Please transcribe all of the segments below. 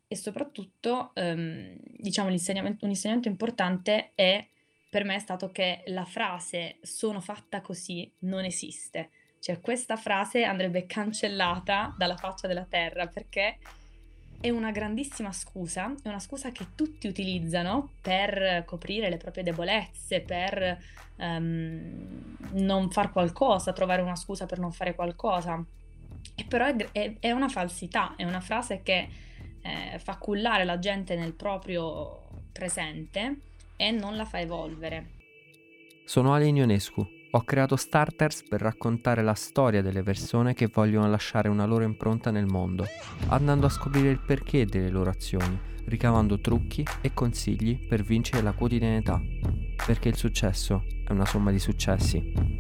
e soprattutto, diciamo un insegnamento importante per me è stato che la frase "sono fatta così" non esiste. Cioè questa frase andrebbe cancellata dalla faccia della terra, perché è una grandissima scusa, è una scusa che tutti utilizzano per coprire le proprie debolezze, per, non far qualcosa, trovare una scusa per non fare qualcosa. E però è una falsità, è una frase che, fa cullare la gente nel proprio presente e non la fa evolvere. Sono Ale Ionescu. Ho creato Starters per raccontare la storia delle persone che vogliono lasciare una loro impronta nel mondo, andando a scoprire il perché delle loro azioni, ricavando trucchi e consigli per vincere la quotidianità. Perché il successo è una somma di successi.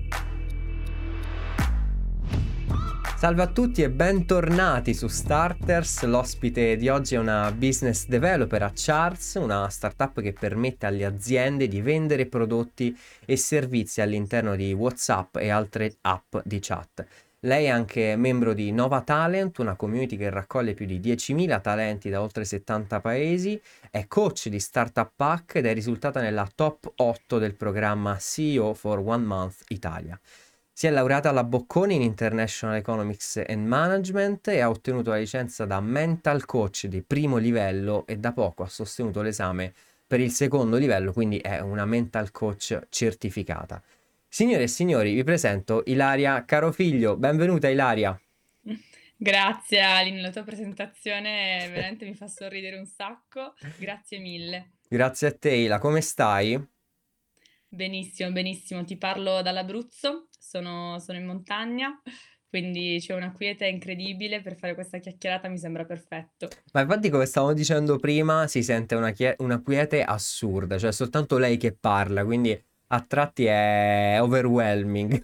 Salve a tutti e bentornati su Starters. L'ospite di oggi è una business developer a Charts, una startup che permette alle aziende di vendere prodotti e servizi all'interno di WhatsApp e altre app di chat. Lei è anche membro di Nova Talent, una community che raccoglie più di 10.000 talenti da oltre 70 paesi, è coach di Startup Pack ed è risultata nella top 8 del programma CEO for One Month Italia. Si è laureata alla Bocconi in International Economics and Management e ha ottenuto la licenza da Mental Coach di primo livello e da poco ha sostenuto l'esame per il secondo livello, quindi è una Mental Coach certificata. Signore e signori, vi presento Ilaria Carofiglio. Benvenuta Ilaria. Grazie Alin, la tua presentazione veramente mi fa sorridere un sacco. Grazie mille. Grazie a te Ila, come stai? Benissimo, benissimo. Ti parlo dall'Abruzzo, sono in montagna, quindi c'è una quiete incredibile, per fare questa chiacchierata mi sembra perfetto. Ma infatti come stavamo dicendo prima si sente una quiete assurda, cioè soltanto lei che parla, quindi a tratti è overwhelming.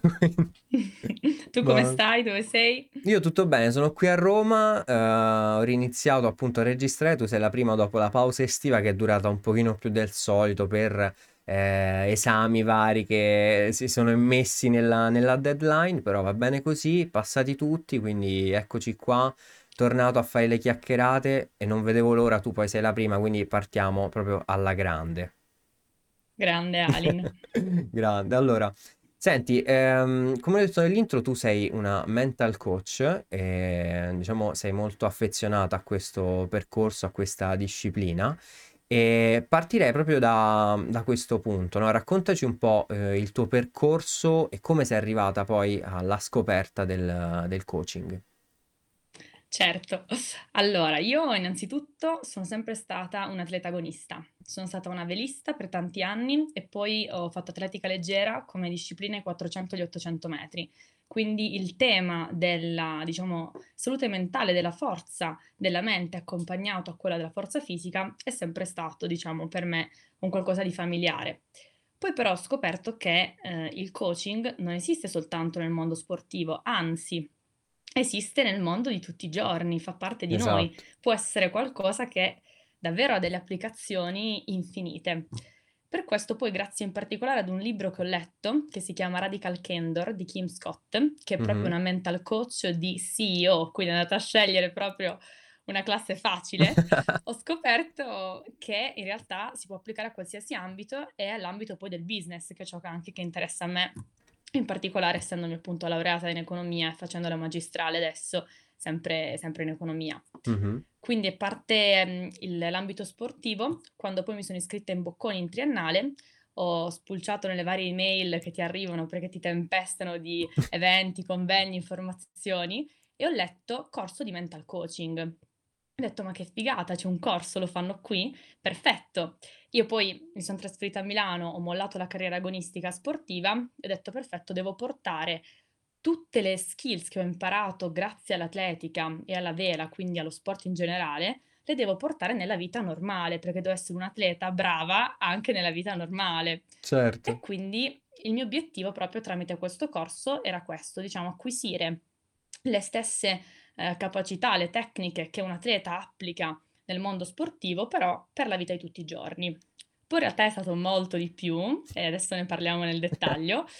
Tu come Ma stai? Dove sei? io tutto bene, sono qui a Roma, ho riniziato appunto a registrare, tu sei la prima dopo la pausa estiva che è durata un pochino più del solito per esami vari che si sono immessi nella deadline, però va bene così, passati tutti, quindi eccoci qua, tornato a fare le chiacchierate e non vedevo l'ora, tu poi sei la prima, quindi partiamo proprio alla grande. Grande Alin. Grande. Allora, senti, come ho detto nell'intro, tu sei una mental coach e diciamo sei molto affezionata a questo percorso, a questa disciplina. E partirei proprio da questo punto, no? Raccontaci un po', il tuo percorso e come sei arrivata poi alla scoperta del coaching. Certo. Allora, io innanzitutto sono sempre stata un'atleta agonista. Sono stata una velista per tanti anni e poi ho fatto atletica leggera come disciplina ai 400 e gli 800 metri. Quindi il tema della, diciamo, salute mentale, della forza della mente accompagnato a quella della forza fisica è sempre stato, diciamo, per me un qualcosa di familiare. Poi però ho scoperto che il coaching non esiste soltanto nel mondo sportivo, anzi esiste nel mondo di tutti i giorni, fa parte di noi, Esatto. può essere qualcosa che davvero ha delle applicazioni infinite. Per questo poi grazie in particolare ad un libro che ho letto, che si chiama Radical Candor di Kim Scott, che è proprio Mhm. una mental coach di CEO, quindi è andata a scegliere proprio una classe facile, ho scoperto che in realtà si può applicare a qualsiasi ambito e all'ambito poi del business, che è ciò che anche che interessa a me, in particolare essendomi appunto laureata in economia e facendo la magistrale adesso, sempre in economia. Mhm. Quindi a parte l'ambito sportivo, quando poi mi sono iscritta in Bocconi in triennale, ho spulciato nelle varie email che ti arrivano perché ti tempestano di eventi, convegni, informazioni e ho letto corso di mental coaching. Ho detto: "Ma che figata, c'è un corso, lo fanno qui? Perfetto". Io poi mi son trasferita a Milano, ho mollato la carriera agonistica sportiva e ho detto: "Perfetto, devo portare tutte le skills che ho imparato grazie all'atletica e alla vela, quindi allo sport in generale, le devo portare nella vita normale, perché devo essere un'atleta brava anche nella vita normale". E Certo. quindi il mio obiettivo proprio tramite questo corso era questo, diciamo acquisire le stesse, capacità, le tecniche che un atleta applica nel mondo sportivo, però per la vita di tutti i giorni. Poi in realtà è stato molto di più e adesso ne parliamo nel dettaglio,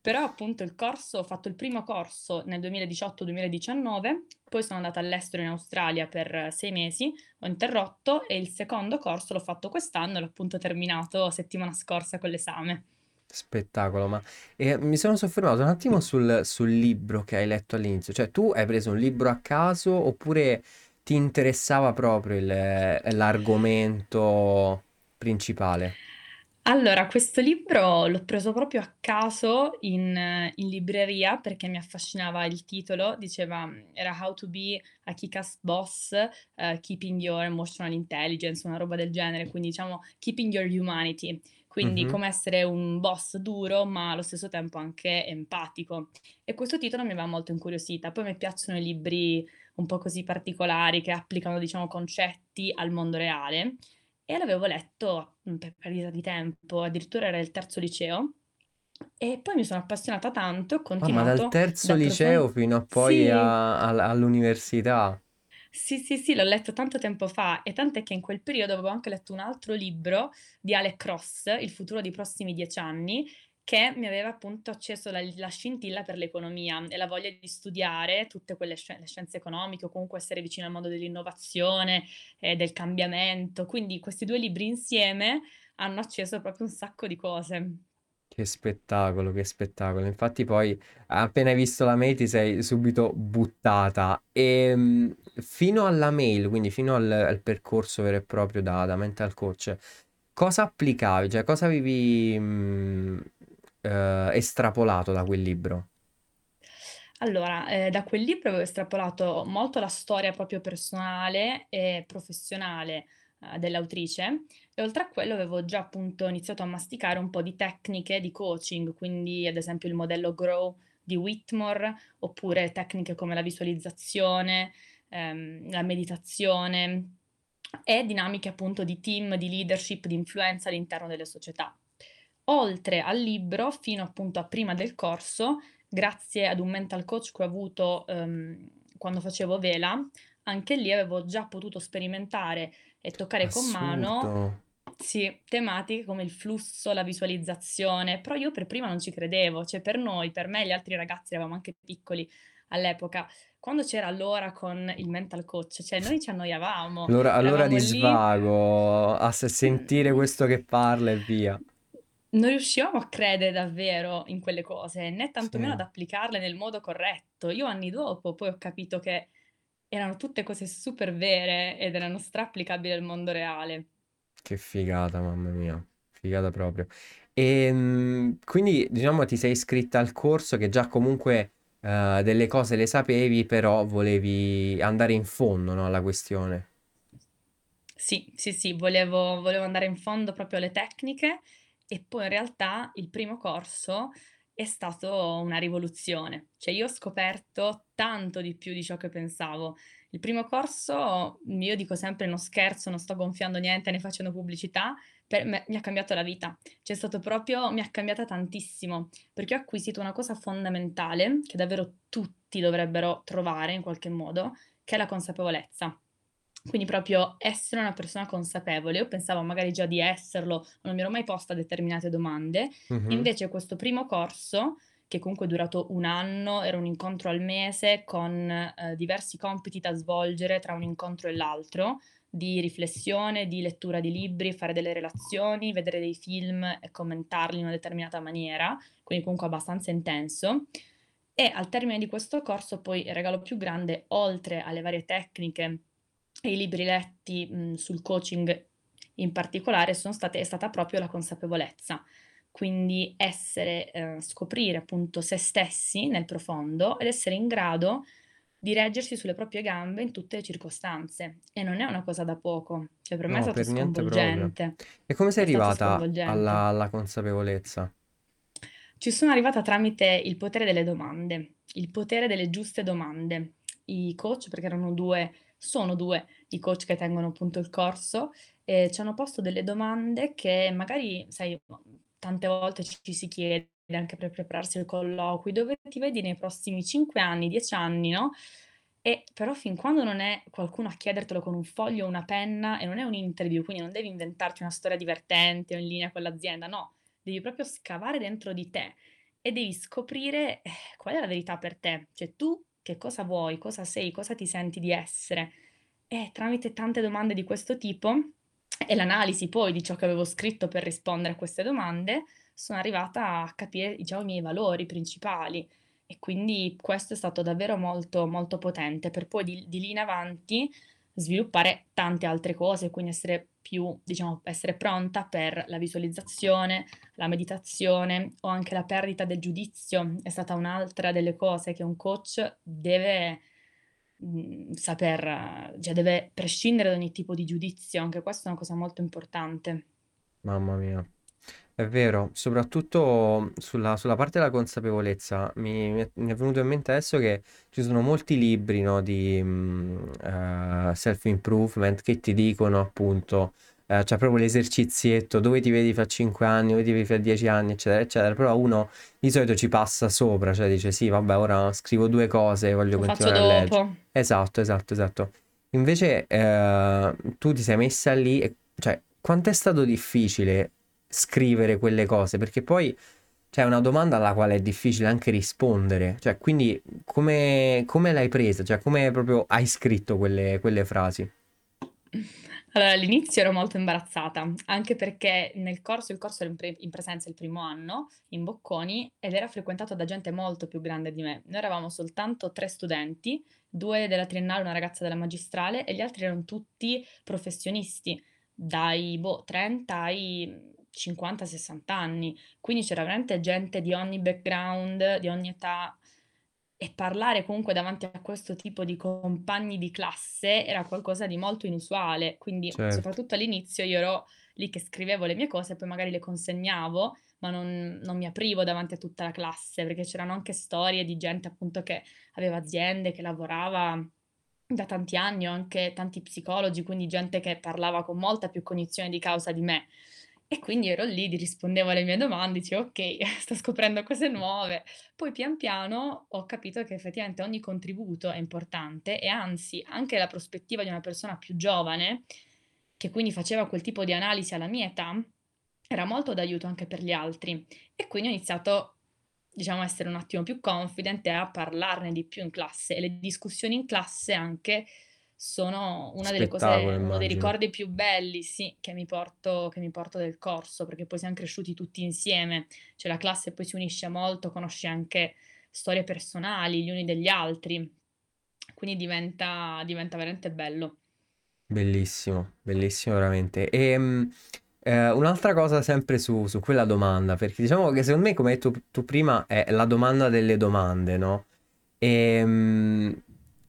Però appunto ho fatto il primo corso nel 2018-2019, poi sono andata all'estero in Australia per 6 mesi, ho interrotto e il secondo corso l'ho fatto quest'anno e l'ho appunto terminato settimana scorsa con l'esame. Spettacolo, ma mi sono soffermato un attimo sul libro che hai letto all'inizio. Cioè, tu hai preso un libro a caso oppure ti interessava proprio l'argomento principale? Allora, questo libro l'ho preso proprio a caso in libreria perché mi affascinava il titolo, era How to be a Kick-Ass Boss, Keeping Your Emotional Intelligence, una roba del genere, quindi diciamo Keeping Your Humanity, quindi Mhm. come essere un boss duro ma allo stesso tempo anche empatico. E questo titolo mi aveva molto incuriosita. Poi mi piacciono i libri un po' così particolari che applicano, diciamo, concetti al mondo reale e l'avevo letto, per perdita di tempo, addirittura era il terzo liceo, e poi mi sono appassionata tanto e ho Ah, ma dal continuato ad terzo liceo fino a poi sì, all'università. sì, sì, sì, l'ho letto tanto tempo fa e tant'è che in quel periodo avevo anche letto un altro libro di Alec Ross, Il futuro dei prossimi 10 anni, che mi aveva appunto acceso la scintilla per l'economia e la voglia di studiare tutte quelle le scienze economiche o comunque essere vicino al mondo dell'innovazione e del cambiamento. Quindi questi 2 libri insieme hanno acceso proprio un sacco di cose. Che spettacolo, che spettacolo. Infatti poi appena hai visto la mail ti sei subito buttata. E fino alla mail, quindi fino al percorso vero e proprio da mental coach, cosa applicavi? Cioè cosa avevi estrapolato da quel libro? Allora, da quel libro avevo estrapolato molto la storia proprio personale e professionale, dell'autrice e oltre a quello avevo già appunto iniziato a masticare un po' di tecniche di coaching, quindi ad esempio il modello Grow di Whitmore, oppure tecniche come la visualizzazione, la meditazione e dinamiche appunto di team, di leadership, di influenza all'interno delle società. Oltre al libro, fino appunto a prima del corso, grazie ad un mental coach che ho avuto, quando facevo vela, anche lì avevo già potuto sperimentare e toccare con mano Assurdo. sì, tematiche come il flusso, la visualizzazione, però io per prima non ci credevo, cioè per noi, per me e gli altri ragazzi, eravamo anche piccoli all'epoca, quando c'era l'ora con il mental coach, cioè noi ci annoiavamo, Allora eravamo di lì. svago, a sentire Mhmm, questo che parla e via. non riuscivamo a credere davvero in quelle cose, né tantomeno ad Sì. applicarle nel modo corretto. Io anni dopo poi ho capito che erano tutte cose super vere ed erano stra-applicabili al mondo reale. Che figata, mamma mia, figata proprio. Quindi, diciamo, ti sei iscritta al corso che già comunque delle cose le sapevi, però volevi andare in fondo, no, alla questione. Sì, sì, sì, volevo andare in fondo proprio alle tecniche e poi in realtà il primo corso è stato una rivoluzione. Cioè io ho scoperto tanto di più di ciò che pensavo. Il primo corso, io dico sempre non scherzo, non sto gonfiando niente né facendo pubblicità, per me mi ha cambiato la vita. C'è stato proprio mi ha cambiata tantissimo, perché ho acquisito una cosa fondamentale che davvero tutti dovrebbero trovare in qualche modo, che è la consapevolezza. Quindi proprio essere una persona consapevole. Io pensavo magari già di esserlo, non mi ero mai posta determinate domande, e Mhm. invece questo primo corso, che comunque è durato 1 anno, era un incontro al mese con, diversi compiti da svolgere tra un incontro e l'altro, di riflessione, di lettura di libri, fare delle relazioni, vedere dei film e commentarli in una determinata maniera, quindi comunque abbastanza intenso. E al termine di questo corso poi il regalo più grande, oltre alle varie tecniche e i libri letti, sul coaching in particolare, è stata proprio la consapevolezza. Quindi scoprire appunto se stessi nel profondo ed essere in grado di reggersi sulle proprie gambe in tutte le circostanze. E non è una cosa da poco. Cioè per me è No, stato per niente proprio. sconvolgente. E come sei È stato arrivata sconvolgente. alla consapevolezza? Ci sono arrivata tramite il potere delle domande, il potere delle giuste domande. I coach, perché sono 2 i coach che tengono appunto il corso, ci hanno posto delle domande che magari, sai, tante volte ci si chiede anche per prepararsi ai colloqui: "Dove ti vedi nei prossimi 5 anni, 10 anni?" No, e però fin quando non è qualcuno a chiedertelo con un foglio o una penna e non è un interview, quindi non devi inventarti una storia divertente o in linea con l'azienda, no, devi proprio scavare dentro di te e devi scoprire qual è la verità per te, cioè tu che cosa vuoi, cosa sei, cosa ti senti di essere. E tramite tante domande di questo tipo e l'analisi poi di ciò che avevo scritto per rispondere a queste domande, sono arrivata a capire, diciamo, i miei valori principali. E quindi questo è stato davvero molto, molto potente per poi di lì in avanti sviluppare tante altre cose, quindi essere più, diciamo, essere pronta per la visualizzazione, la meditazione o anche la perdita del giudizio. È stata un'altra delle cose che un coach deve saper, cioè deve prescindere da ogni tipo di giudizio, anche questa è una cosa molto importante. Mamma mia. È vero, soprattutto sulla parte della consapevolezza, mi è venuto in mente adesso che ci sono molti libri, no, di self-improvement che ti dicono appunto, c'è proprio l'esercizietto, dove ti vedi fra 5 anni, dove ti vedi fra 10 anni, eccetera, eccetera, però uno di solito ci passa sopra, cioè dice sì, vabbè, ora scrivo due cose, voglio Lo faccio continuare a leggere. dopo. Esatto, esatto, esatto. Invece tu ti sei messa lì e, cioè, quanto è stato difficile scrivere quelle cose? Perché poi c'è una domanda alla quale è difficile anche rispondere. Cioè, quindi come l'hai presa? Cioè, come proprio hai scritto quelle frasi? Allora, all'inizio ero molto imbarazzata, anche perché il corso era in presenza il primo anno, in Bocconi, ed era frequentato da gente molto più grande di me. Noi eravamo soltanto 3 studenti, 2 della triennale, una ragazza della magistrale, e gli altri erano tutti professionisti, dai, 30 ai 50, 60 anni. Quindi c'era veramente gente di ogni background, di ogni età. E parlare comunque davanti a questo tipo di compagni di classe era qualcosa di molto inusuale, quindi Certo. soprattutto all'inizio io ero lì che scrivevo le mie cose e poi magari le consegnavo, ma non mi aprivo davanti a tutta la classe, perché c'erano anche storie di gente appunto che aveva aziende, che lavorava da tanti anni, o anche tanti psicologi, quindi gente che parlava con molta più cognizione di causa di me. E quindi ero lì, gli rispondevo alle mie domande, dicevo: "Okay, sto scoprendo cose nuove". Poi pian piano ho capito che effettivamente ogni contributo è importante e anzi anche la prospettiva di una persona più giovane, che quindi faceva quel tipo di analisi alla mia età, era molto d'aiuto anche per gli altri. E quindi ho iniziato, diciamo, a essere un attimo più confident e a parlarne di più in classe. E le discussioni in classe anche sono una delle Spettacolo, cose, uno dei immagino. ricordi più belli, sì, che mi porto del corso, perché poi siam cresciuti tutti insieme. Cioè la classe poi si unisce molto, conosce anche storie personali gli uni degli altri, quindi diventa veramente bello. Bellissimo, bellissimo veramente. Un'altra cosa sempre su quella domanda, perché diciamo che secondo me, come hai detto tu prima, è la domanda delle domande, no? Ehm,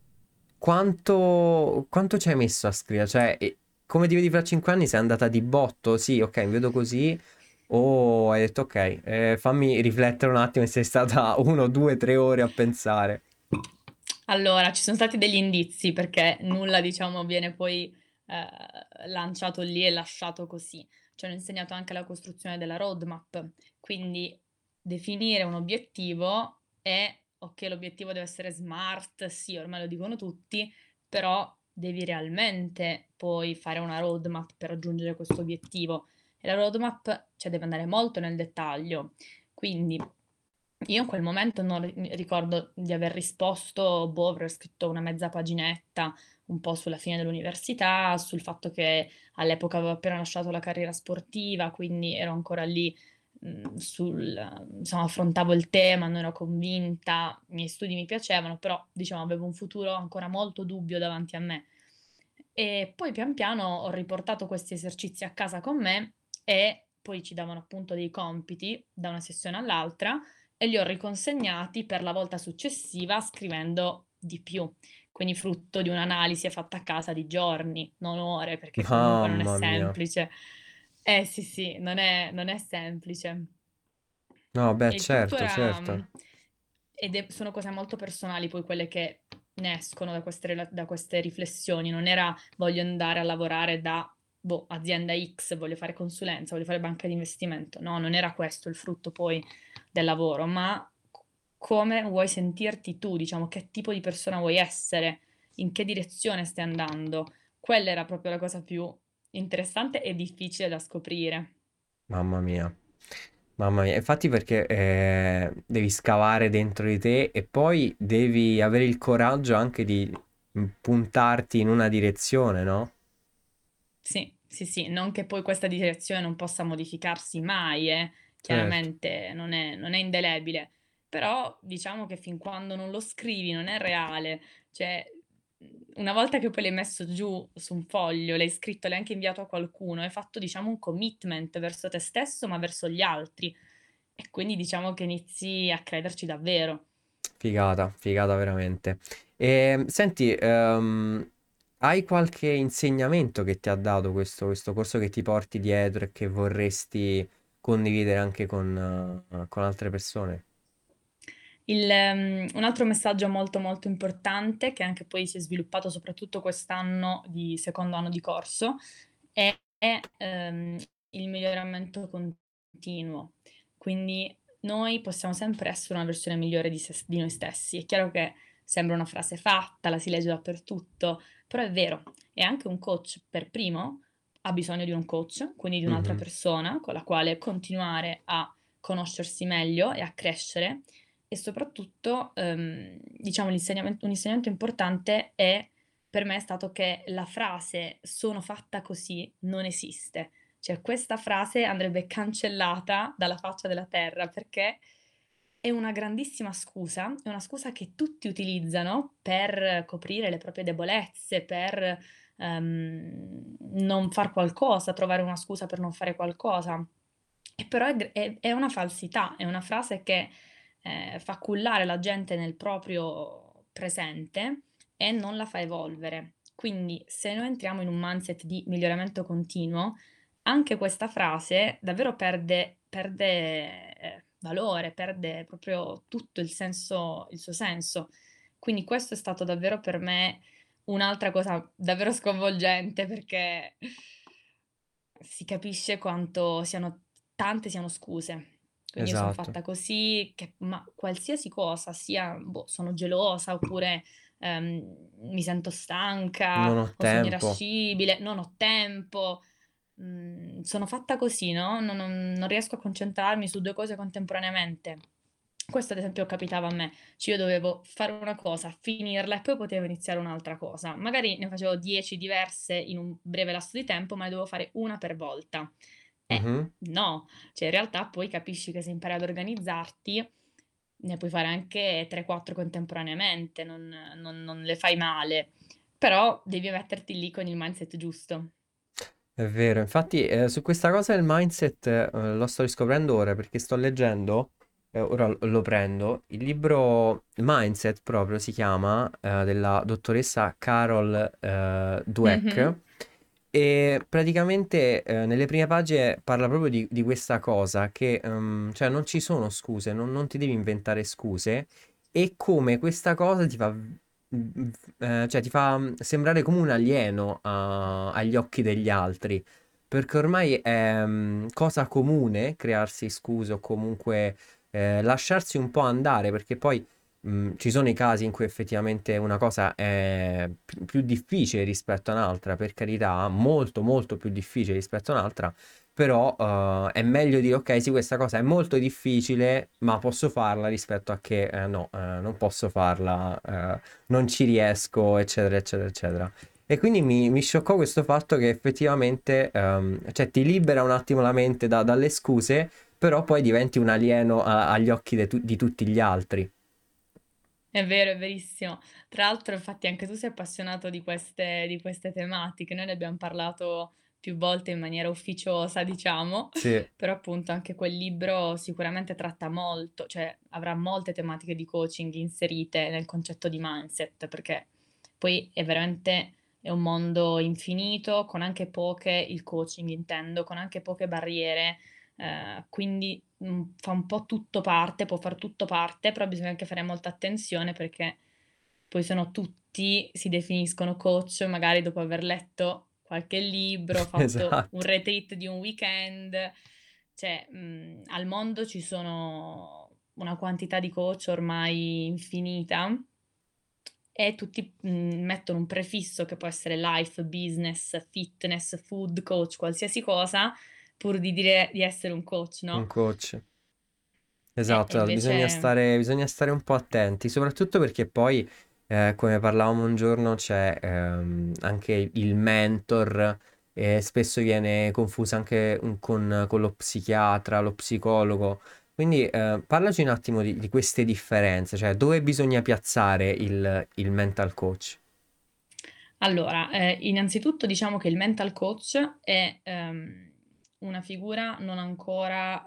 quanto ci hai messo a scrivere? Cioè, come ti vedi fra 5 anni? Sei andata di botto? Sì, ok, mi vedo così. O hai detto, ok, fammi riflettere un attimo e sei stata 1, 2, 3 ore a pensare. Allora, ci sono stati degli indizi perché nulla, diciamo, viene poi, lanciato lì e lasciato così. Ci hanno insegnato anche la costruzione della roadmap, quindi definire un obiettivo e okay, l'obiettivo deve essere smart, sì, ormai lo dicono tutti, però devi realmente poi fare una roadmap per raggiungere questo obiettivo e la roadmap, cioè, deve andare molto nel dettaglio. Quindi io in quel momento non ricordo di aver risposto, boh, avrò scritto una mezza paginetta, un po' sulla fine dell'università, sul fatto che all'epoca avevo appena lasciato la carriera sportiva, quindi ero ancora lì, insomma affrontavo il tema, non ero convinta, i miei studi mi piacevano, però diciamo avevo un futuro ancora molto dubbio davanti a me. E poi pian piano ho riportato questi esercizi a casa con me e poi ci davano appunto dei compiti da una sessione all'altra e li ho riconsegnati per la volta successiva scrivendo di più. Quindi frutto di un'analisi fatta a casa di giorni, non ore, perché comunque non è Mamma mia. semplice. Eh sì, sì, non è semplice. No, beh, E il tutto certo, era certo. sono cose molto personali poi quelle che ne escono da queste riflessioni. Non era: "Voglio andare a lavorare da, boh, azienda X, voglio fare consulenza, voglio fare banca di investimento." No, non era questo il frutto poi del lavoro, ma come vuoi sentirti tu, diciamo, che tipo di persona vuoi essere, in che direzione stai andando. Quella era proprio la cosa più interessante e difficile da scoprire. Mamma mia. Mamma mia, infatti perché devi scavare dentro di te e poi devi avere il coraggio anche di puntarti in una direzione, no? Sì, sì, sì, non che poi questa direzione non possa modificarsi mai, Certo. chiaramente non è indelebile, però diciamo che fin quando non lo scrivi non è reale, cioè una volta che poi l'hai messo giù su un foglio, l'hai scritto, l'hai anche inviato a qualcuno, hai fatto diciamo un commitment verso te stesso, ma verso gli altri e quindi diciamo che inizi a crederci davvero. Figata, figata veramente. E senti, hai qualche insegnamento che ti ha dato questo corso che ti porti dietro e che vorresti condividere anche con altre persone? Un altro messaggio molto, molto importante, che anche poi si è sviluppato soprattutto quest'anno di secondo anno di corso, è il miglioramento continuo. Quindi noi possiamo sempre essere una versione migliore di noi stessi. È chiaro che sembra una frase fatta, la si legge dappertutto, però è vero. E anche un coach per primo ha bisogno di un coach, quindi di un'altra Mhm. persona con la quale continuare a conoscersi meglio e a crescere e soprattutto, diciamo un insegnamento importante per me è stato che la frase "sono fatta così" non esiste. Cioè questa frase andrebbe cancellata dalla faccia della terra perché è una grandissima scusa, è una scusa che tutti utilizzano per coprire le proprie debolezze, per, non far qualcosa, trovare una scusa per non fare qualcosa. E però è una falsità, è una frase che, fa cullare la gente nel proprio presente e non la fa evolvere. Quindi se noi entriamo in un mindset di miglioramento continuo, anche questa frase davvero perde, valore, perde proprio tutto il suo senso. Quindi questo è stato davvero per me un'altra cosa davvero sconvolgente perché si capisce quanto siano scuse. Quindi io sono Esatto, fatta così, che ma qualsiasi cosa, sia, boh, sono gelosa oppure, mi sento stanca non ho o sono tempo. irascibile, non ho tempo, sono fatta così, no, non riesco a concentrarmi su 2 cose contemporaneamente. Questo ad esempio capitava a me, cioè io dovevo fare una cosa, finirla e poi potevo iniziare un'altra cosa. Magari ne facevo 10 diverse in un breve lasso di tempo, ma ne dovevo fare una per volta. Mhm. No, cioè in realtà poi capisci che se impari ad organizzarti ne puoi fare anche 3, 4 contemporaneamente, non le fai male, però devi metterti lì con il mindset giusto. È vero, infatti su questa cosa del mindset lo sto riscoprendo ora perché sto leggendo, ora lo prendo, il libro Mindset proprio si chiama, della dottoressa Carol Mh-mh. Dweck e praticamente nelle prime pagine parla proprio di questa cosa che cioè non ci sono scuse, non ti devi inventare scuse e come questa cosa cioè ti fa sembrare come un alieno agli occhi degli altri, perché ormai è cosa comune crearsi scuse o comunque lasciarsi un po' andare, perché poi ci sono i casi in cui effettivamente una cosa è più difficile rispetto a un'altra, per carità, molto molto più difficile rispetto a un'altra. Però è meglio dire ok, sì, questa cosa è molto difficile, ma posso farla rispetto a che no, non posso farla, non ci riesco, eccetera, eccetera, eccetera. E quindi mi scioccò questo fatto che effettivamente cioè, ti libera un attimo la mente dalle scuse, però poi diventi un alieno agli occhi di tutti gli altri. È vero, è verissimo. Tra l'altro infatti anche tu sei appassionato di queste tematiche. Noi ne abbiam parlato più volte in maniera ufficiosa, diciamo, Sì, però appunto anche quel libro sicuramente tratta molto cioè avrà molte tematiche di coaching inserite nel concetto di mindset, perché poi è un mondo infinito, con anche poche il coaching intendo, con anche poche barriere, quindi, fa un po' tutto parte, può far tutto parte, però bisogna anche fare molta attenzione perché poi se no tutti si definiscono coach, magari dopo aver letto qualche libro, fatto un esatto. retreat di un weekend. Cioè, al mondo ci sono una quantità di coach ormai infinita e tutti, mettono un prefisso che può essere life, business, fitness, food coach, qualsiasi cosa, pur di dire di essere un coach, Un no, coach. Esatto, E esatto, invece, bisogna stare un po' attenti, soprattutto perché poi, come parlavamo un giorno, c'è anche il mentor, e spesso viene confuso anche con lo psichiatra, lo psicologo. Quindi parlaci un attimo di queste differenze, cioè dove bisogna piazzare il mental coach. allora, innanzitutto diciamo che il mental coach è una figura non ancora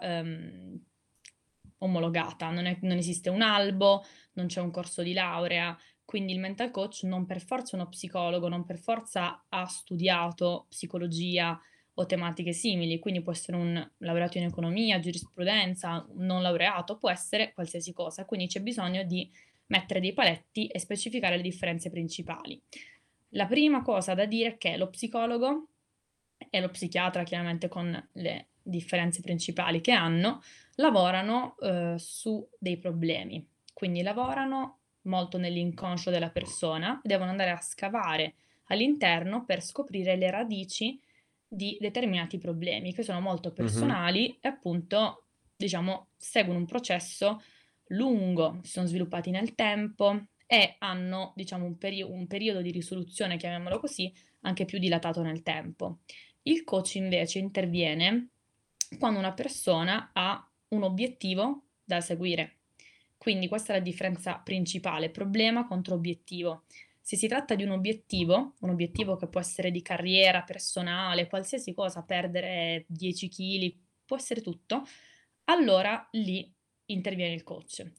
omologata, non esiste un albo, non c'è un corso di laurea, quindi il mental coach non per forza è uno psicologo, non per forza ha studiato psicologia o tematiche simili, quindi può essere un laureato in economia, giurisprudenza, un non laureato, può essere qualsiasi cosa, quindi c'è bisogno di mettere dei paletti e specificare le differenze principali. La prima cosa da dire è che lo psicologo e lo psichiatra, chiaramente con le differenze principali che hanno, lavorano su dei problemi, quindi lavorano molto nell'inconscio della persona, devono andare a scavare all'interno per scoprire le radici di determinati problemi che sono molto Mhm. personali e appunto, diciamo, seguono un processo lungo, si sono sviluppati nel tempo e hanno, diciamo, un periodo di risoluzione, chiamiamolo così, anche più dilatato nel tempo. Il coach invece interviene quando una persona ha un obiettivo da seguire. Quindi questa è la differenza principale, problema contro obiettivo. Se si tratta di un obiettivo che può essere di carriera personale, qualsiasi cosa, perdere 10 kg, può essere tutto, allora lì interviene il coach.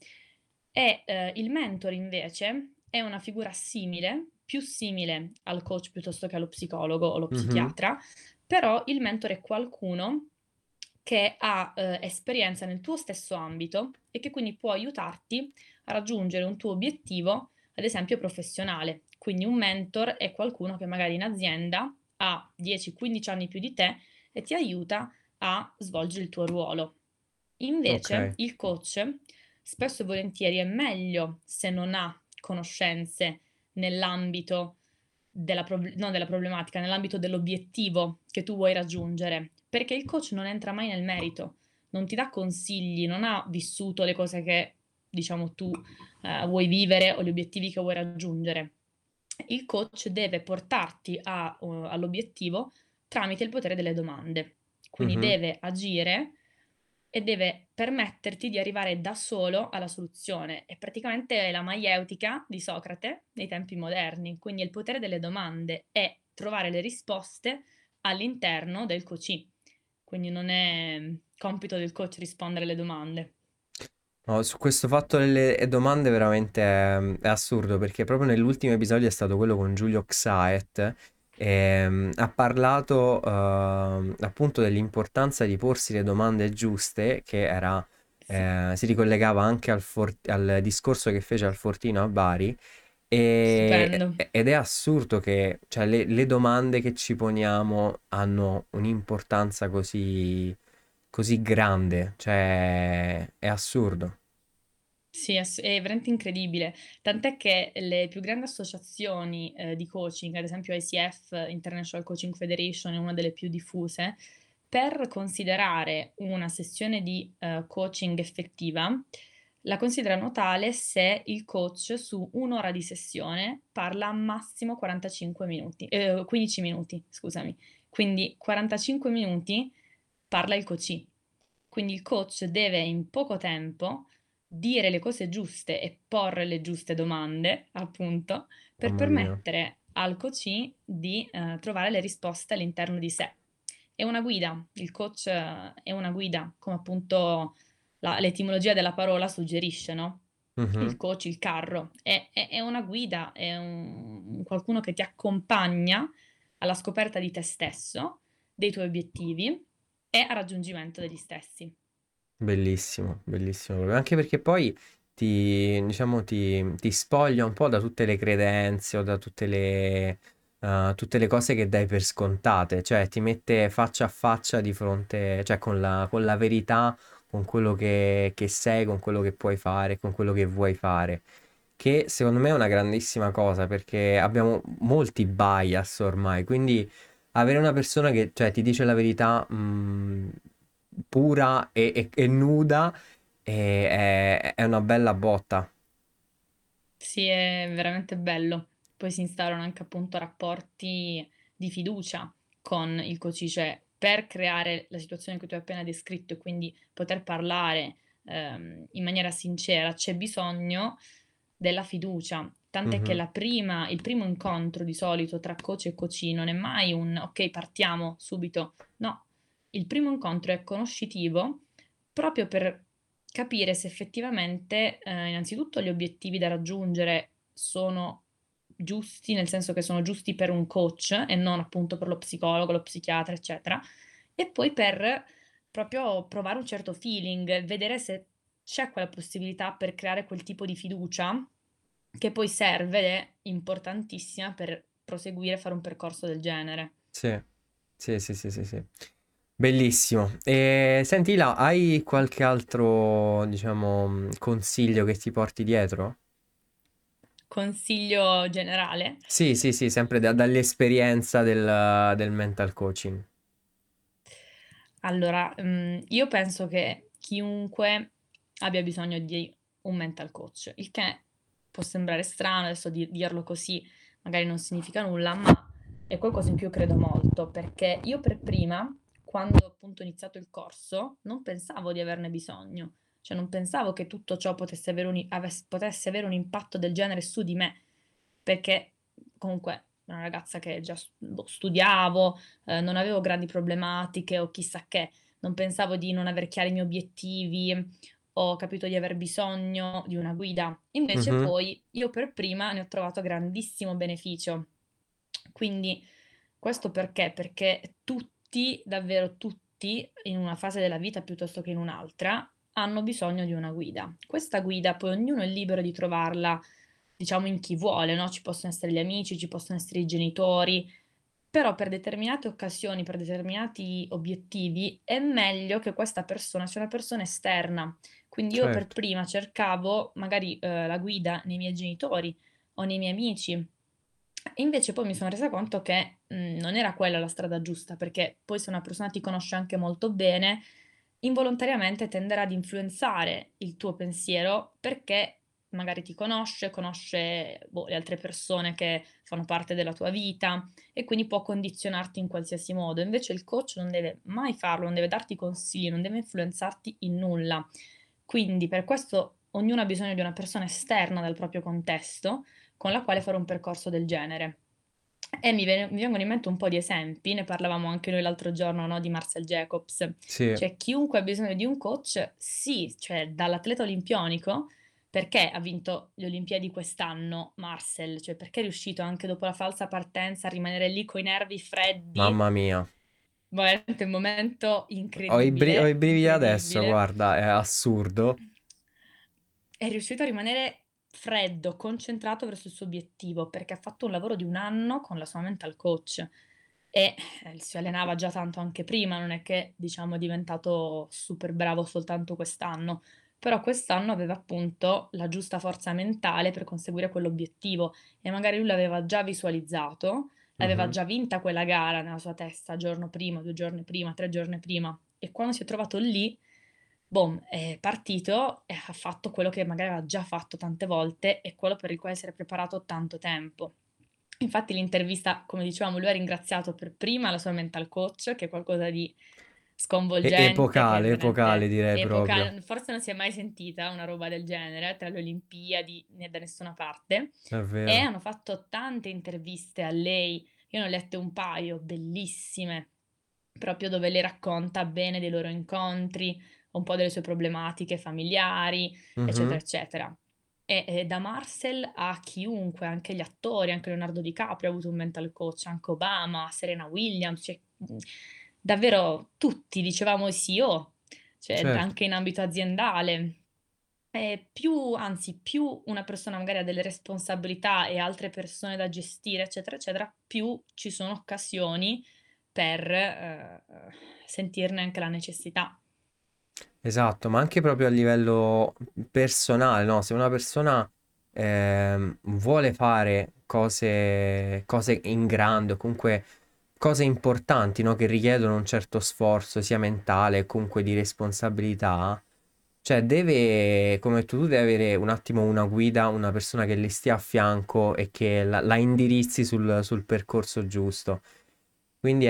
E il mentor invece è una figura simile, più simile al coach piuttosto che allo psicologo o allo Mhm. psichiatra, però il mentore è qualcuno che ha esperienza nel tuo stesso ambito e che quindi può aiutarti a raggiungere un tuo obiettivo, ad esempio professionale. Quindi un mentor è qualcuno che magari in azienda ha 10-15 anni più di te e ti aiuta a svolgere il tuo ruolo. Invece Ok. il coach spesso e volentieri è meglio se non ha conoscenze nell'ambito non della problematica, nell'ambito dell'obiettivo che tu vuoi raggiungere, perché il coach non entra mai nel merito, non ti dà consigli, non ha vissuto le cose che, diciamo, tu vuoi vivere o gli obiettivi che vuoi raggiungere. Il coach deve portarti all'obiettivo tramite il potere delle domande, quindi Mhm. deve agire e deve permetterti di arrivare da solo alla soluzione. È praticamente la maieutica di Socrate nei tempi moderni, quindi è il potere delle domande e trovare le risposte all'interno del coaching. Quindi non è compito del coach rispondere alle domande. No, su questo fatto delle domande veramente è assurdo perché proprio nell'ultimo episodio è stato quello con Giulio Xaet e ha parlato appunto dell'importanza di porsi le domande giuste che era, Sì, si ricollegava anche al discorso che fece al Fortino a Bari stupendo. ed è assurdo che cioè, le domande che ci poniamo hanno un'importanza così grande, cioè è assurdo. Sì, è veramente incredibile. Tant'è che le più grandi associazioni di coaching, ad esempio ICF, International Coaching Federation, è una delle più diffuse, per considerare una sessione di coaching effettiva, la considerano tale se il coach su un'ora di sessione parla a massimo 45 minuti, 15 minuti, scusami. Quindi 45 minuti parla il coachee. Quindi il coach deve in poco tempo dire le cose giuste e porre le giuste domande, appunto, per Mamma mia. permettere al coachee di trovare le risposte all'interno di sé. È una guida, il coach è una guida, come appunto l'etimologia della parola suggerisce, no? Il Mhm. coach, il carro, è una guida, è qualcuno che ti accompagna alla scoperta di te stesso, dei tuoi obiettivi e al raggiungimento degli stessi. Bellissimo, bellissimo. Proprio. Anche perché poi diciamo, ti spoglia un po' da tutte le credenze o da tutte le cose che dai per scontate, cioè ti mette faccia a faccia di fronte, cioè con la verità, con quello che sei, con quello che puoi fare, con quello che vuoi fare. Che secondo me è una grandissima cosa perché abbiamo molti bias ormai, quindi avere una persona che cioè, ti dice la verità pura e nuda e è una bella botta. Sì, è veramente bello. Poi si instaurano anche appunto rapporti di fiducia con il coach, cioè per creare la situazione che tu hai appena descritto e quindi poter parlare in maniera sincera, c'è bisogno della fiducia. Tant'è che Mhm. il primo incontro di solito tra coach e coachee non è mai un ok, partiamo subito. No, il primo incontro è conoscitivo proprio per capire se effettivamente, innanzitutto gli obiettivi da raggiungere sono giusti, nel senso che sono giusti per un coach e non appunto per lo psicologo, lo psichiatra, eccetera, e poi per proprio provare un certo feeling, vedere se c'è quella possibilità per creare quel tipo di fiducia che poi serve ed è importantissima per proseguire e fare un percorso del genere. Sì, sì, sì, sì, sì, sì. Bellissimo. E senti, là, hai qualche altro, diciamo, consiglio che ti porti dietro? Consiglio generale. Sì, sì, sì, sempre dall'esperienza del mental coaching. Allora, io penso che chiunque abbia bisogno di un mental coach, il che può sembrare strano adesso dirlo così, magari non significa nulla, ma è qualcosa in cui io credo molto, perché io per prima, quando appunto ho iniziato il corso, non pensavo di averne bisogno, cioè non pensavo che tutto ciò potesse avere un impatto del genere su di me, perché comunque una ragazza che già studiavo, non avevo grandi problematiche o chissà che, non pensavo di non aver chiari i miei obiettivi, ho capito di aver bisogno di una guida. Invece Mhm. poi io per prima ne ho trovato grandissimo beneficio. Quindi questo perché? Perché tutti, davvero tutti, in una fase della vita piuttosto che in un'altra, hanno bisogno di una guida. Questa guida poi ognuno è libero di trovarla, diciamo, in chi vuole, no? Ci possono essere gli amici, ci possono essere i genitori, però per determinate occasioni, per determinati obiettivi, è meglio che questa persona sia una persona esterna. Quindi io per Certo. prima cercavo magari la guida nei miei genitori o nei miei amici. E invece poi mi sono resa conto che non era quella la strada giusta, perché poi se una persona ti conosce anche molto bene, involontariamente tenderà ad influenzare il tuo pensiero perché magari ti conosce, conosce boh, le altre persone che fanno parte della tua vita e quindi può condizionarti in qualsiasi modo. Invece il coach non deve mai farlo, non deve darti consigli, non deve influenzarti in nulla. Quindi per questo ognuno ha bisogno di una persona esterna dal proprio contesto con la quale fare un percorso del genere. E mi vengono in mente un po' di esempi, ne parlavamo anche noi l'altro giorno, no, di Marcel Jacobs. Sì, Cioè, chiunque ha bisogno di un coach, sì, cioè dall'atleta olimpionico, perché ha vinto le Olimpiadi quest'anno Marcel? Cioè, perché è riuscito anche dopo la falsa partenza a rimanere lì coi nervi freddi? mamma mia. Veramente un momento Ho i incredibile, brividi adesso, incredibile. guarda, è assurdo. È riuscito a rimanere freddo, concentrato verso il suo obiettivo, perché ha fatto un lavoro di 1 anno con la sua mental coach e, si allenava già tanto anche prima, non è che diciamo è diventato super bravo soltanto quest'anno, però quest'anno aveva appunto la giusta forza mentale per conseguire quell'obiettivo e magari lui l'aveva già visualizzato, l'aveva Mhm. già vinta quella gara nella sua testa giorno prima, 2 giorni prima, 3 giorni prima e quando si è trovato lì, boom, è partito e ha fatto quello che magari aveva già fatto tante volte e quello per il quale si era preparato tanto tempo. Infatti l'intervista, come dicevamo, lui ha ringraziato per prima la sua mental coach, che è qualcosa di sconvolgente, che è Epocale veramente direi proprio. epocale, forse non si è mai sentita una roba del genere tra le Olimpiadi né da nessuna parte. È E vero. hanno fatto tante interviste a lei, io ne ho lette un paio, bellissime, proprio dove lei racconta bene dei loro incontri, un po' delle sue problematiche familiari, eccetera, Mhm. eccetera. E da Marcel a chiunque, anche gli attori, anche Leonardo DiCaprio ha avuto un mental coach, anche Obama, Serena Williams, cioè, davvero tutti, dicevamo i CEO, cioè Certo. anche in ambito aziendale. Più, anzi, più una persona magari ha delle responsabilità e altre persone da gestire, eccetera, eccetera, più ci sono occasioni per sentirne anche la necessità. Esatto, ma anche proprio a livello personale, no? Se una persona vuole fare cose in grande o comunque cose importanti, no? Che richiedono un certo sforzo sia mentale che comunque di responsabilità, Cioè, deve, come tu deve avere un attimo una guida, una persona che le stia a fianco e che la indirizzi sul percorso giusto. Quindi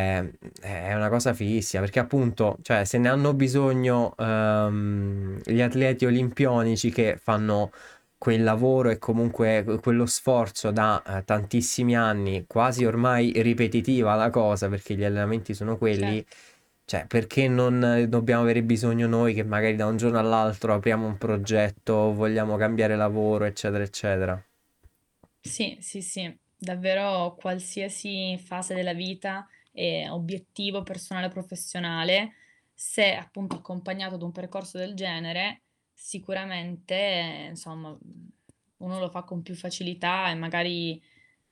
è una cosa fighissima, perché appunto, cioè, se ne hanno bisogno gli atleti olimpionici che fanno quel lavoro e comunque quello sforzo da tantissimi anni, quasi ormai ripetitiva la cosa, perché gli allenamenti sono quelli, Certo. cioè, perché non dobbiamo avere bisogno noi che magari da un giorno all'altro apriamo un progetto, vogliamo cambiare lavoro, eccetera, eccetera. Sì, sì, sì, davvero qualsiasi fase della vita e obiettivo personale o professionale, se appunto accompagnato da un percorso del genere, sicuramente, insomma, uno lo fa con più facilità e magari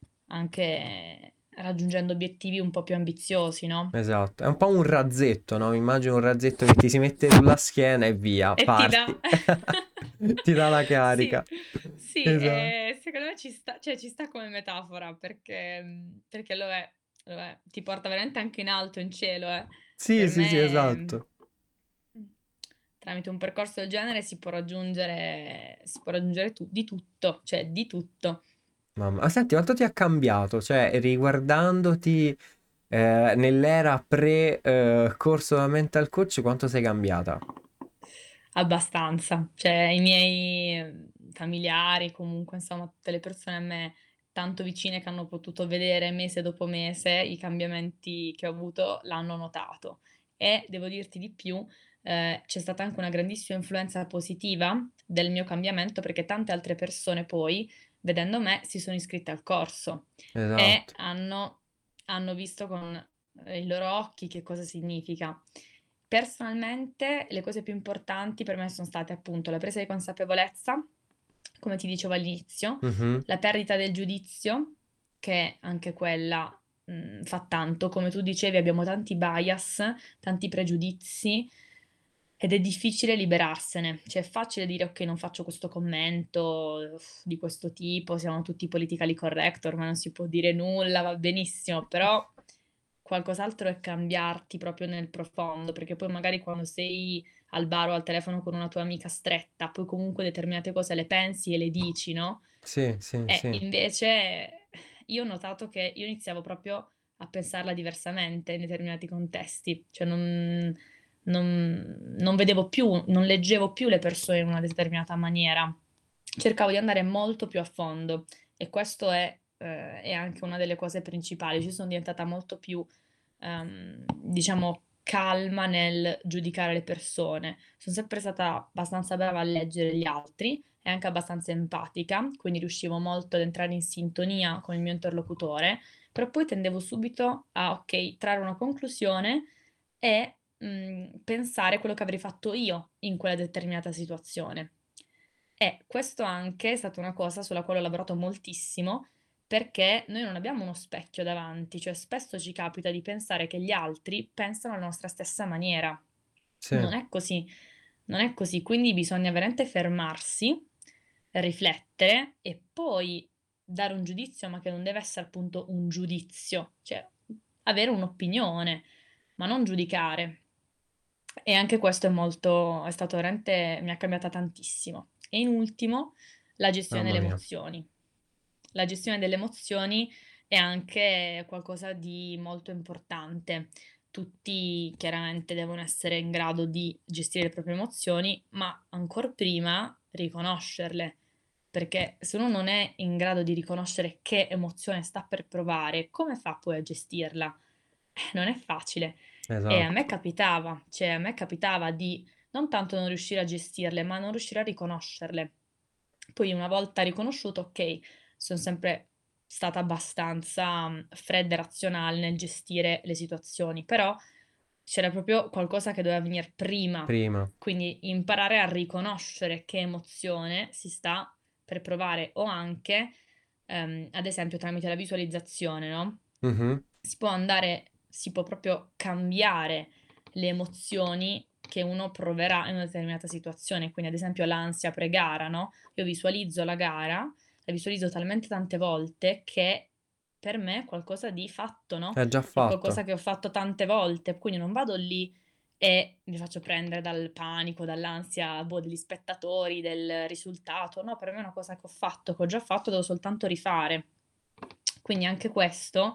anche raggiungendo obiettivi un po' più ambiziosi, no? Esatto, è un po' un razzetto, no? Mi immagino un razzetto che ti si mette sulla schiena e via, E ti dà. parti. Ti dà la carica. Sì, sì, Esatto. secondo me ci sta, cioè ci sta come metafora perché, perché lo è. Ti porta veramente anche in alto, in cielo, eh. Sì, Per sì, sì, me, esatto. tramite un percorso del genere si può raggiungere di tutto, cioè di tutto. Mamma. Ah, senti, quanto ti ha cambiato? Cioè, riguardandoti nell'era corso da mental coach, quanto sei cambiata? Abbastanza, cioè i miei, familiari, comunque insomma tutte le persone a me tanto vicine che hanno potuto vedere mese dopo mese i cambiamenti che ho avuto, l'hanno notato. E devo dirti di più, c'è stata anche una grandissima influenza positiva del mio cambiamento, perché tante altre persone poi, vedendo me, si sono iscritte al corso e Esatto. hanno visto con, i loro occhi che cosa significa. Personalmente le cose più importanti per me son state appunto la presa di consapevolezza, come ti dicevo all'inizio, Mhm. la perdita del giudizio, che anche quella, fa tanto. Come tu dicevi abbiamo tanti bias, tanti pregiudizi ed è difficile liberarsene. Cioè è facile dire: "Okay, non faccio questo commento di questo tipo, siamo tutti politically correct, ormai non si può dire nulla, va benissimo", però qualcos'altro è cambiarti proprio nel profondo, perché poi magari quando sei al bar o al telefono con una tua amica stretta, poi comunque determinate cose le pensi e le dici, no, Sì, sì, sì. invece io ho notato che io iniziavo proprio a pensarla diversamente in determinati contesti, cioè non vedevo più, non leggevo più le persone in una determinata maniera. Cercavo di andare molto più a fondo e questo è anche una delle cose principali. Ci sono diventata molto più, diciamo, calma nel giudicare le persone. Son sempre stata abbastanza brava a leggere gli altri e anche abbastanza empatica, quindi riuscivo molto ad entrare in sintonia con il mio interlocutore, però poi tendevo subito a, okay, trarre una conclusione e, pensare quello che avrei fatto io in quella determinata situazione. E questo anche è stata una cosa sulla quale ho lavorato moltissimo, perché noi non abbiamo uno specchio davanti, cioè spesso ci capita di pensare che gli altri pensano alla nostra stessa maniera. Sì. Non è così, non è così, quindi bisogna veramente fermarsi, riflettere e poi dare un giudizio, ma che non deve essere appunto un giudizio, cioè avere un'opinione, ma non giudicare. E anche questo è stato veramente mi ha cambiata tantissimo. E in ultimo, la gestione Mamma delle mia. emozioni. La gestione delle emozioni è anche qualcosa di molto importante. Tutti chiaramente devono essere in grado di gestire le proprie emozioni, ma ancor prima riconoscerle, perché se uno non è in grado di riconoscere che emozione sta per provare, come fa poi a gestirla? Non è facile. E a me Esatto. capitava, cioè a me capitava di non tanto non riuscire a gestirle, ma non riuscire a riconoscerle. Poi una volta riconosciuto, okay, son sempre stata abbastanza, fredda e razionale nel gestire le situazioni, però c'era proprio qualcosa che doveva venir prima. Prima. Quindi imparare a riconoscere che emozione si sta per provare o anche, ad esempio tramite la visualizzazione, no, Mhm. si può proprio cambiare le emozioni che uno proverà in una determinata situazione. Quindi ad esempio l'ansia pre-gara, no, io visualizzo la gara, la visualizzo talmente tante volte che per me è qualcosa di fatto, no, È già è qualcosa fatto. che ho fatto tante volte, quindi non vado lì e mi faccio prendere dal panico, dall'ansia, boh, degli spettatori, del risultato. No, per me è una cosa che ho fatto, che ho già fatto, devo soltanto rifare. Quindi anche questo,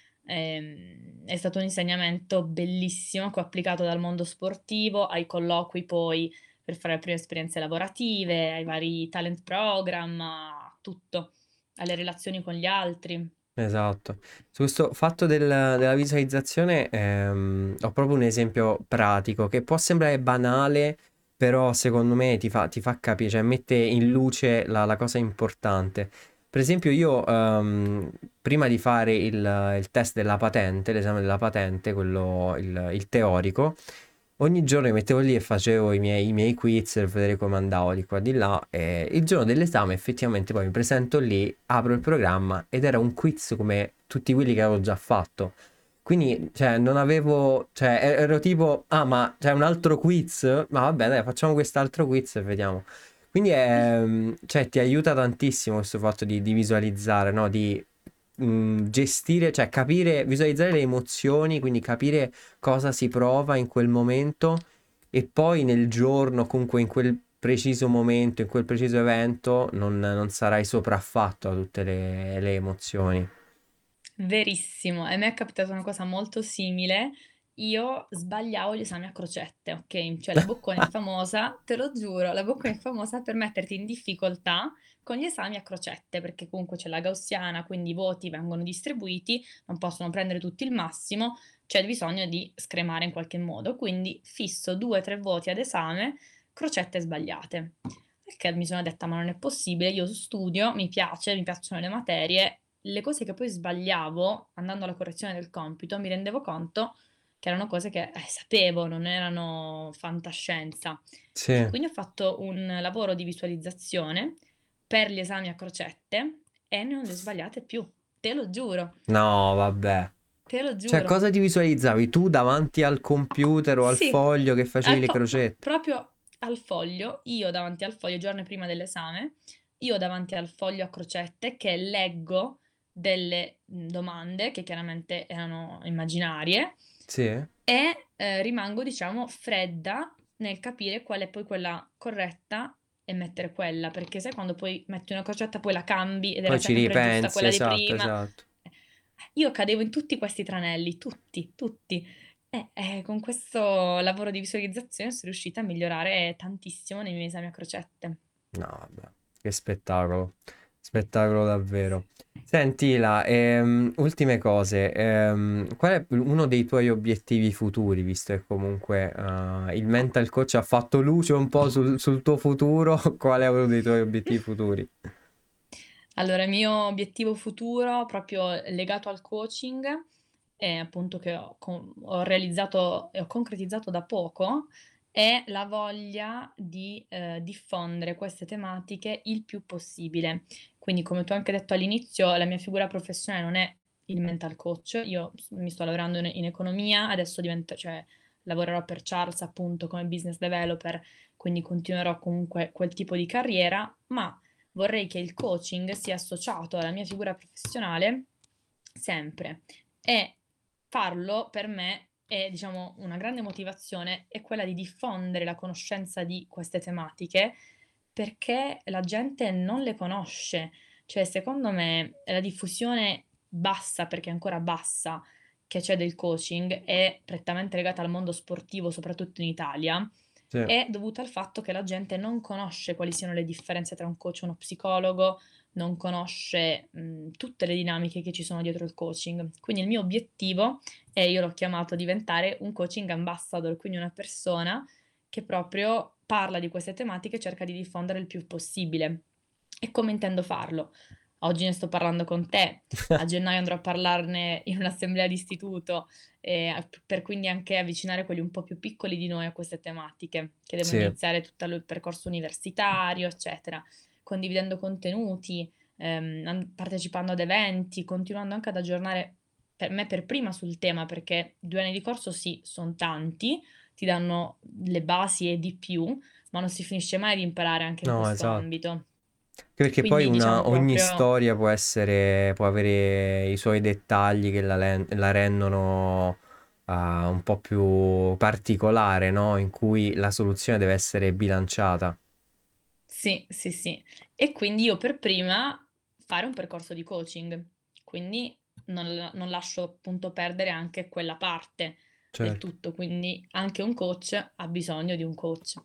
è stato un insegnamento bellissimo che ho applicato dal mondo sportivo ai colloqui poi per fare le prime esperienze lavorative, ai vari talent program, a tutto, alle relazioni con gli altri. Esatto. Su questo fatto della visualizzazione, ho proprio un esempio pratico che può sembrare banale, però secondo me ti fa capire, cioè mette in luce la cosa importante. Per esempio, io prima di fare il test della patente, l'esame della patente, quello, il teorico, ogni giorno mi mettevo lì e facevo i miei quiz per vedere come andavo di qua e di là. E il giorno dell'esame, effettivamente, poi mi presento lì, apro il programma ed era un quiz come tutti quelli che avevo già fatto. Quindi, cioè, non avevo, cioè, ero tipo, ah, ma c'è un altro quiz? Ma vabbè, dai, facciamo quest'altro quiz e vediamo. Quindi cioè, ti aiuta tantissimo questo fatto di visualizzare, no? Di gestire, cioè capire, visualizzare le emozioni, quindi capire cosa si prova in quel momento e poi nel giorno, comunque in quel preciso momento, in quel preciso evento, non sarai sopraffatto a tutte le emozioni. Verissimo, e a me è capitata una cosa molto simile. Io sbagliavo gli esami a crocette, ok? Cioè la Bocconi è famosa, te lo giuro, la Bocconi è famosa per metterti in difficoltà con gli esami a crocette, perché comunque c'è la gaussiana, quindi i voti vengono distribuiti, non possono prendere tutti il massimo, c'è bisogno di scremare in qualche modo. Quindi fisso 2 o 3 voti ad esame, crocette sbagliate. Perché mi sono detta, ma non è possibile, io studio, mi piace, mi piacciono le materie, le cose che poi sbagliavo andando alla correzione del compito, mi rendevo conto che erano cose che sapevo, non erano fantascienza. E Sì. quindi ho fatto un lavoro di visualizzazione per gli esami a crocette e non le ho sbagliate più, No, vabbè. te lo Cioè, giuro. cosa ti visualizzavi tu davanti al computer o al Sì, foglio che facevi le crocette? proprio al foglio, io davanti al foglio, giorni prima dell'esame, io davanti al foglio a crocette che leggo delle domande che chiaramente erano immaginarie Sì? e rimango, diciamo, fredda nel capire qual è poi quella corretta e mettere quella, perché sai quando poi metti una crocetta poi la cambi ed era Poi ci sempre giusta ripensi, quella di esatto, prima. esatto. Io cadevo in tutti questi tranelli, tutti, tutti. Con questo lavoro di visualizzazione sono riuscita a migliorare tantissimo nei miei esami a crocette. No, vabbè, che spettacolo, spettacolo davvero. Senti, Ila, ultime cose, qual è uno dei tuoi obiettivi futuri, visto che comunque il mental coach ha fatto luce un po' sul tuo futuro, qual è uno dei tuoi obiettivi futuri? Allora, il mio obiettivo futuro, proprio legato al coaching, è appunto che ho realizzato e ho concretizzato da poco, è la voglia di diffondere queste tematiche il più possibile. Quindi, come tu hai anche detto all'inizio, la mia figura professionale non è il mental coach, io mi sto lavorando in economia, adesso cioè, lavorerò per Charles appunto come business developer, quindi continuerò comunque quel tipo di carriera, ma vorrei che il coaching sia associato alla mia figura professionale sempre e farlo per me è, diciamo, una grande motivazione è quella di diffondere la conoscenza di queste tematiche perché la gente non le conosce. Cioè, secondo me, la diffusione bassa, perché è ancora bassa, che c'è del coaching è prettamente legata al mondo sportivo, soprattutto in Italia, Sì. è dovuta al fatto che la gente non conosce quali siano le differenze tra un coach e uno psicologo, non conosce tutte le dinamiche che ci sono dietro il coaching. Quindi il mio obiettivo è, io l'ho chiamato diventare un coaching ambassador, quindi una persona che proprio parla di queste tematiche e cerca di diffondere il più possibile. E come intendo farlo? Oggi ne sto parlando con te, a gennaio andrò a parlarne in un'assemblea di istituto, per quindi anche avvicinare quelli un po' più piccoli di noi a queste tematiche, che devono Sì. iniziare tutto il percorso universitario, eccetera, condividendo contenuti, partecipando ad eventi, continuando anche ad aggiornare per me per prima sul tema, perché 2 anni di corso sì, son tanti, ti danno le basi e di più, ma non si finisce mai di imparare anche in No, questo esatto. ambito. Anche perché poi Quindi diciamo ogni proprio storia può avere i suoi dettagli che la rendono un po' più particolare, no? In cui la soluzione deve essere bilanciata. Sì, sì, sì. E quindi io per prima fare un percorso di coaching, quindi non lascio appunto perdere anche quella parte del Certo. tutto, quindi anche un coach ha bisogno di un coach.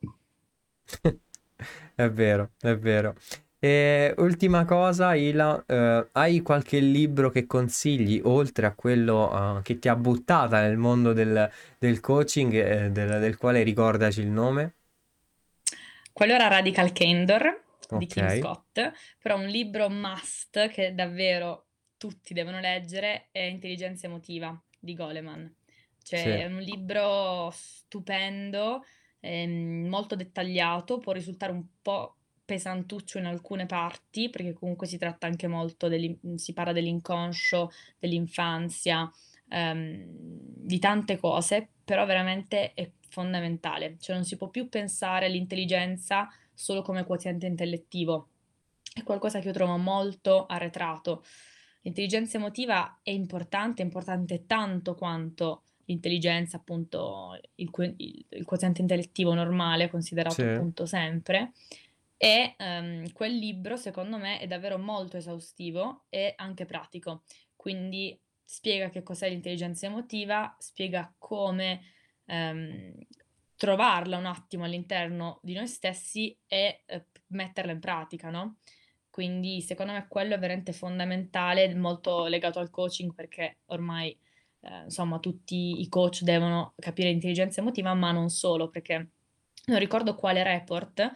È vero, è vero. E ultima cosa, Ila, hai qualche libro che consigli oltre a quello, che ti ha buttata nel mondo del coaching, del quale ricordaci il nome? Quello era Radical Candor di Ok, Kim Scott, però un libro must che davvero tutti devono leggere è Intelligenza emotiva di Goleman. sì, Cioè, è un libro stupendo, molto dettagliato, può risultare un po' pesantuccio in alcune parti, perché comunque si tratta anche molto si parla dell'inconscio, dell'infanzia, di tante cose, però veramente è fondamentale. Cioè non si può più pensare all'intelligenza solo come quoziente intellettivo. È qualcosa che io trovo molto arretrato. L'intelligenza emotiva è importante tanto quanto l'intelligenza, appunto, il quoziente intellettivo normale, considerato sì, appunto sempre. E quel libro, secondo me, è davvero molto esaustivo e anche pratico. Quindi spiega che cos'è l'intelligenza emotiva, spiega come ehm, trovarla un attimo all'interno di noi stessi e metterla in pratica, no? Quindi secondo me quello è veramente fondamentale, molto legato al coaching perché ormai insomma tutti i coach devono capire l'intelligenza emotiva, ma non solo, perché non ricordo quale report,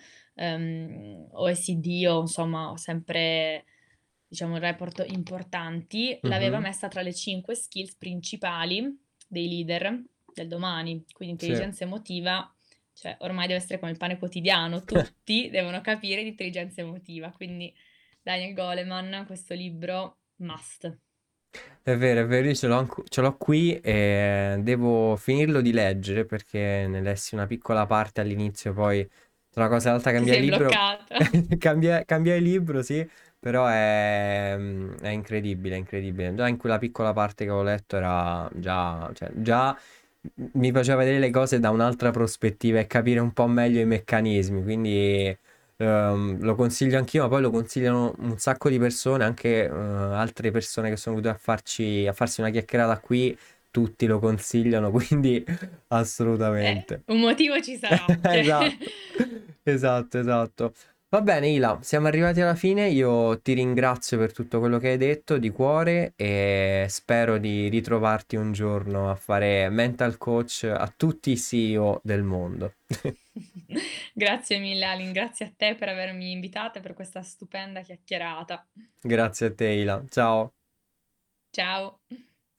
OECD o insomma sempre diciamo report importanti, l'aveva mhm, messa tra le 5 skills principali dei leader del domani. Quindi sì. intelligenza emotiva, cioè ormai deve essere come il pane quotidiano, tutti devono capire di intelligenza emotiva. Quindi Daniel Goleman, questo libro must. È vero, io ce l'ho qui e devo finirlo di leggere perché ne lessi una piccola parte all'inizio, poi tra una cosa e l'altra Ti cambiare sei libro, bloccato. cambiare libro, sì, però è incredibile, è incredibile. Già in quella piccola parte che ho letto era già, cioè, già mi faceva vedere le cose da un'altra prospettiva e capire un po' meglio i meccanismi, quindi lo consiglio anch'io, ma poi lo consigliano un sacco di persone, anche altre persone che sono venute a farsi una chiacchierata qui, tutti lo consigliano, quindi assolutamente. Un motivo ci sarà. Cioè. Esatto, esatto, esatto. Va bene, Ila, siamo arrivati alla fine. Io ti ringrazio per tutto quello che hai detto di cuore e spero di ritrovarti un giorno a fare mental coach a tutti i CEO del mondo. Grazie mille Alin, grazie a te per avermi invitata e per questa stupenda chiacchierata. Grazie a te, Ila. Ciao. Ciao.